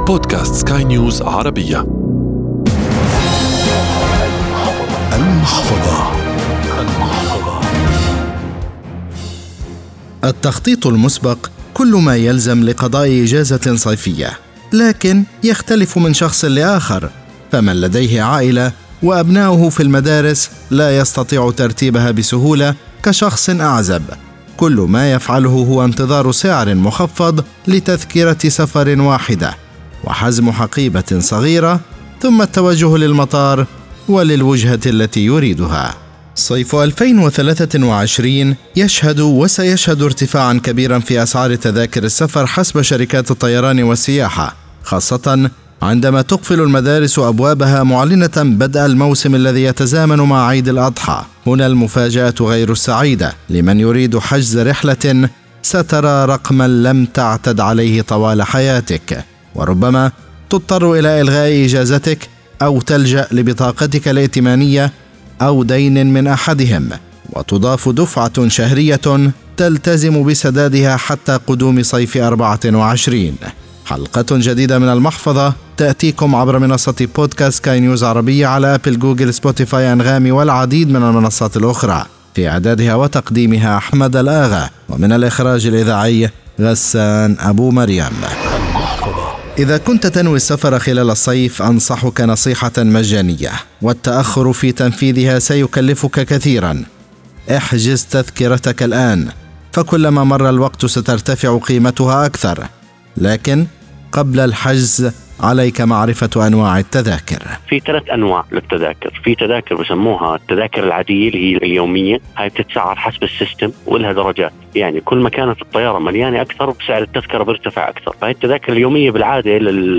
بودكاست سكاي نيوز عربية. المحفظة. التخطيط المسبق كل ما يلزم لقضاء إجازة صيفية، لكن يختلف من شخص لآخر. فمن لديه عائلة وأبناؤه في المدارس لا يستطيع ترتيبها بسهولة كشخص أعزب. كل ما يفعله هو انتظار سعر مخفض لتذكرة سفر واحدة وحزم حقيبة صغيرة، ثم التوجه للمطار وللوجهة التي يريدها. صيف 2023 يشهد وسيشهد ارتفاعا كبيرا في أسعار تذاكر السفر حسب شركات الطيران والسياحة، خاصة عندما تقفل المدارس أبوابها معلنة بدء الموسم الذي يتزامن مع عيد الأضحى. هنا المفاجأة غير السعيدة لمن يريد حجز رحلة سترى رقما لم تعتد عليه طوال حياتك، وربما تضطر إلى إلغاء إجازتك أو تلجأ لبطاقتك الائتمانية أو دين من أحدهم، وتضاف دفعة شهرية تلتزم بسدادها حتى قدوم صيف 24. حلقة جديدة من المحفظة تأتيكم عبر منصة بودكاست سكاي نيوز عربية على أبل، جوجل، سبوتيفاي، أنغامي والعديد من المنصات الأخرى. في إعدادها وتقديمها أحمد الآغا، ومن الإخراج الإذاعي غسان أبو مريم. إذا كنت تنوي السفر خلال الصيف أنصحك نصيحة مجانية، والتأخر في تنفيذها سيكلفك كثيرا. احجز تذكرتك الآن، فكلما مر الوقت سترتفع قيمتها أكثر. لكن قبل الحجز عليك معرفة أنواع التذاكر. في 3 أنواع للتذاكر. في تذاكر بسموها التذاكر العادية اللي هي اليومية، هاي بتتسعر حسب السيستم ولها درجات، يعني كل ما كانت الطيارة مليانة أكثر بسعر التذكرة بيرتفع أكثر. فهي التذاكر اليومية بالعادة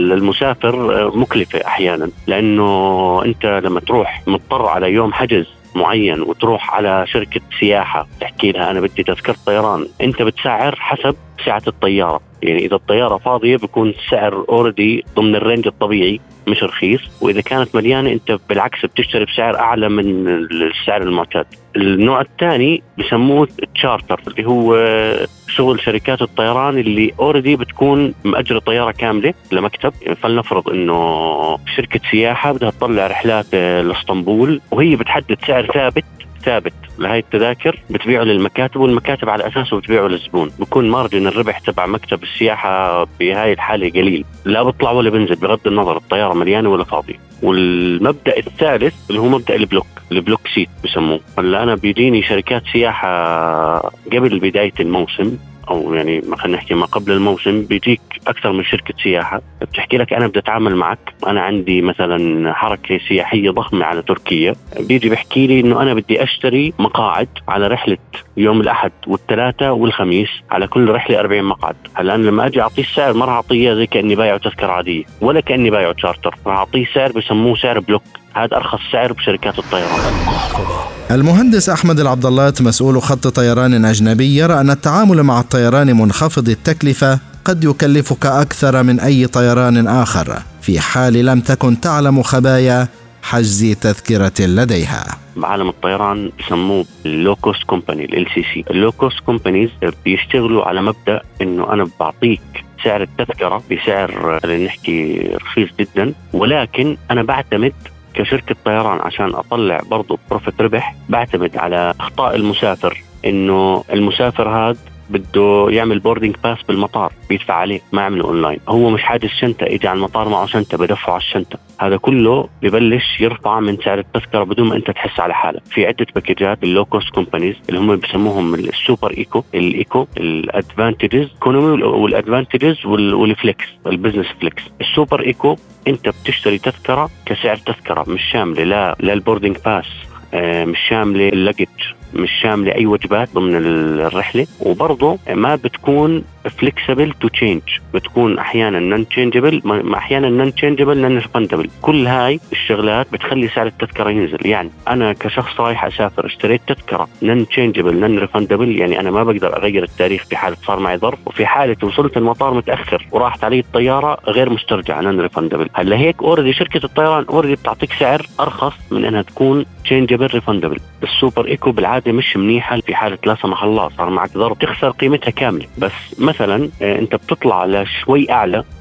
للمسافر مكلفة أحيانا، لأنه أنت لما تروح مضطر على يوم حجز معين وتروح على شركة سياحة تحكي لها أنا بدي تذكرة طيران، أنت بتسعر حسب سعة الطيارة. يعني إذا الطيارة فاضية بيكون السعر أوردي ضمن الرينج الطبيعي مش رخيص، وإذا كانت مليانة أنت بالعكس بتشتري بسعر أعلى من السعر المعتاد. النوع الثاني بسموه التشارتر، اللي هو شغل شركات الطيران اللي أوردي بتكون مأجرة طيارة كاملة لمكتب. فلنفرض إنه شركة سياحة بدها تطلع رحلات لإسطنبول، وهي بتحدد سعر ثابت لهي التذاكر بتبيعه للمكاتب، والمكاتب على أساسه بتبيعه للزبون. بيكون مارجن الربح تبع مكتب السياحة بهاي الحالة قليل، لا بطلع ولا بنزل بغض النظر الطيارة مليانة ولا فاضية. والمبدأ الثالث اللي هو مبدأ البلوك سيت بسموه. هلا أنا بيجيني شركات سياحة قبل بداية الموسم، أو يعني ما خلينا نحكي ما قبل الموسم، بيجيك أكثر من شركة سياحة بتحكي لك أنا بدي أتعامل معك، أنا عندي مثلا حركة سياحية ضخمة على تركيا، بيجي بيحكي لي إنه أنا بدي أشتري مقاعد على رحلة يوم الأحد والثلاثة والخميس، على كل رحلة 40 مقعد. هلا أنا لما أجي أعطيه السعر ما راح أعطيه زي كأني بايعه تذكرة عادية ولا كأني بايعه تشارتر، راح أعطيه سعر بسموه سعر بلوك، هذا أرخص سعر بشركات الطيران. المهندس أحمد العبداللات مسؤول خط طيران أجنبي يرى أن التعامل مع الطيران منخفض التكلفة قد يكلفك أكثر من أي طيران آخر في حال لم تكن تعلم خبايا حجز تذكرة لديها. بعالم الطيران بسموه اللوكوست كومباني، LCC. اللوكوست كومبانيز بيشتغلوا على مبدأ إنه أنا بعطيك سعر التذكرة بسعر نحكي رخيص جدا، ولكن أنا بعتمد كشركة طيران عشان أطلع برضو بروفيت ربح، بعتمد على أخطاء المسافر. إنه المسافر هذا بده يعمل بوردينج باس بالمطار بيدفع عليه، ما يعمله أونلاين. هو مش حاجز شنطة، يجي على المطار معه شنطة بدفعه على الشنطة، هذا كله ببلش يرفع من سعر التذكرة بدون ما أنت تحس على حالك. في عدة باكيجات اللوكوست كومبانيز اللي هم بيسموهم السوبر إيكو، الأدفانتجز ايكونومي والأدفانتجز والفليكس، البزنس فليكس. السوبر إيكو أنت بتشتري تذكرة كسعر تذكرة مش شاملة لا البوردينج باس، مش شاملة اللجج، مش شاملة أي وجبات ضمن الرحلة، وبرضه ما بتكون flexible to change، بتكون أحيانا non changeable، أحيانا non changeable non refundable. كل هاي الشغلات بتخلي سعر التذكرة ينزل. يعني أنا كشخص رايح أسافر اشتريت تذكرة non changeable non refundable، يعني أنا ما بقدر أغير التاريخ في حالة صار معي ظرف، وفي حالة وصلت المطار متأخر وراحت علي الطيارة غير مسترجعة non refundable. هلا هيك أوردي شركة الطيران أوردي بتعطيك سعر أرخص من أنها تكون changeable refundable. السوبر إيكو بالعادة مش منيحة في حالة لا سمح الله صار معك ظرف تخسر قيمتها كاملة. بس مثلا انت بتطلع لشوي اعلى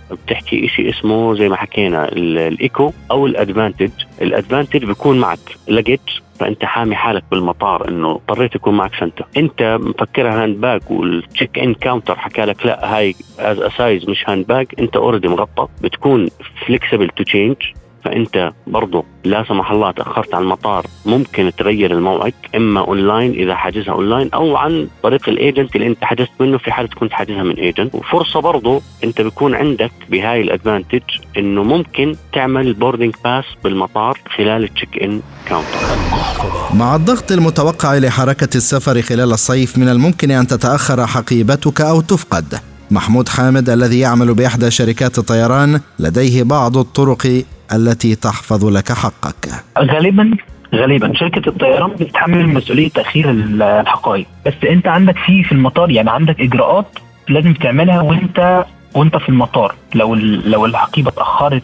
بتحكي إشي اسمه زي ما حكينا الإيكو أو الأدفانتج بيكون معك لقيت، فأنت حامي حالك بالمطار إنه اضطريت يكون معك سنتة. أنت مفكرها هاند باج والتشيك إن كاونتر حكى لك لا هاي سايز مش هاند باج، أنت أوريدي مغطى، بتكون flexible to change. فأنت برضو لا سمح الله تأخرت عن المطار ممكن تغير الموعد، إما أونلاين إذا حاجزها أونلاين أو عن طريق الإيجنت اللي أنت حجزت منه في حالة كنت حاجزها من إيجنت. وفرصة برضو أنت بيكون عندك بهاي الأدفانتج إنه ممكن تعمل بوردينج باس بالمطار خلال التشيك إن كاونتر. مع الضغط المتوقع لحركة السفر خلال الصيف من الممكن أن تتأخر حقيبتك أو تفقد. محمود حامد الذي يعمل بإحدى شركات الطيران لديه بعض الطرق التي تحفظ لك حقك. غالبا شركة الطيران بتتحمل مسؤولية تأخير الحقائب، بس انت عندك في المطار يعني عندك إجراءات لازم تعملها وانت في المطار. لو الحقيبة اتأخرت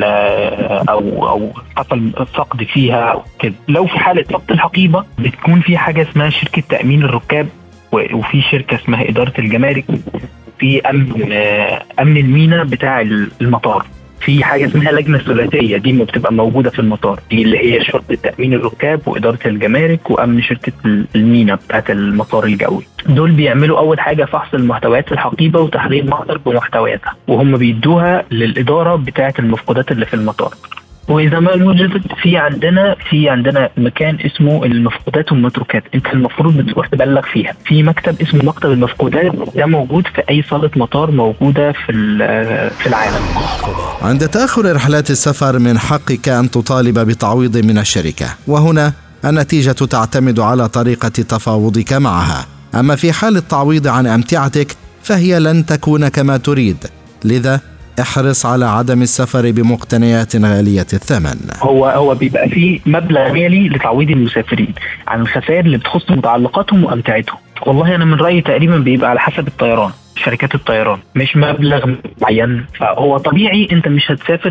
او حصل فقد فيها أو كده، لو في حالة فقد الحقيبة بتكون في حاجة اسمها شركة تأمين الركاب، وفي شركة اسمها إدارة الجمارك، في أمن الميناء بتاع المطار، في حاجة اسمها لجنة ثلاثية دي بتبقى موجودة في المطار، دي اللي هي شرطة تأمين الركاب وإدارة الجمارك وأمن شركة الميناء بتاعت المطار الجوي. دول بيعملوا أول حاجة فحص المحتويات الحقيبة وتحرير محضر بمحتوياتها، وهم بيدوها للإدارة بتاعت المفقودات اللي في المطار. وإذا ما وجدت في عندنا مكان اسمه المفقودات والمتروكات، انت المفروض بتروح تبلغ فيها في مكتب اسمه مكتب المفقودات، ده موجود في أي صالة مطار موجودة في العالم. عند تأخر رحلات السفر من حقك أن تطالب بتعويض من الشركة، وهنا النتيجة تعتمد على طريقة تفاوضك معها. أما في حال التعويض عن أمتعتك فهي لن تكون كما تريد، لذا احرص على عدم السفر بمقتنيات غالية الثمن. هو بيبقى فيه مبلغ مالي لتعويض المسافرين عن الخسائر اللي بتخص متعلقاتهم وأمتعتهم. والله أنا من رأيي تقريبا بيبقى على حسب الطيران، شركات الطيران مش مبلغ معين. فهو طبيعي أنت مش هتسافر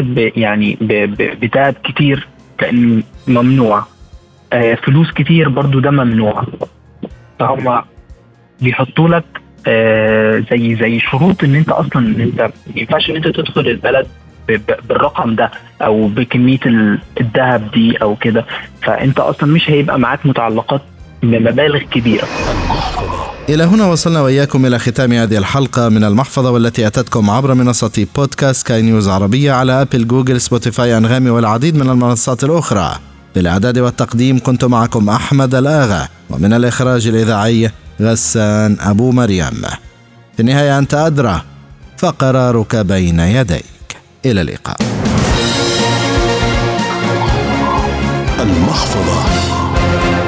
بتعب كتير لأن ممنوع، فلوس كتير برضو ده ممنوع. فهم بيحطوا لك زي شروط ان انت اصلا انت ينفعش ان انت تدخل البلد بالرقم ده او بكمية الذهب دي او كده، فانت اصلا مش هيبقى معاك متعلقات بمبالغ كبيرة. إلى هنا وصلنا وإياكم إلى ختام هذه الحلقة من المحفظة، والتي أتتكم عبر منصة بودكاست سكاي نيوز عربية على أبل، جوجل، سبوتيفاي، أنغامي والعديد من المنصات الأخرى. في الإعداد والتقديم كنت معكم أحمد الآغا، ومن الإخراج الإذاعي غسان أبو مريم. في النهاية أنت أدرى، فقرارك بين يديك. إلى اللقاء. المحفظة.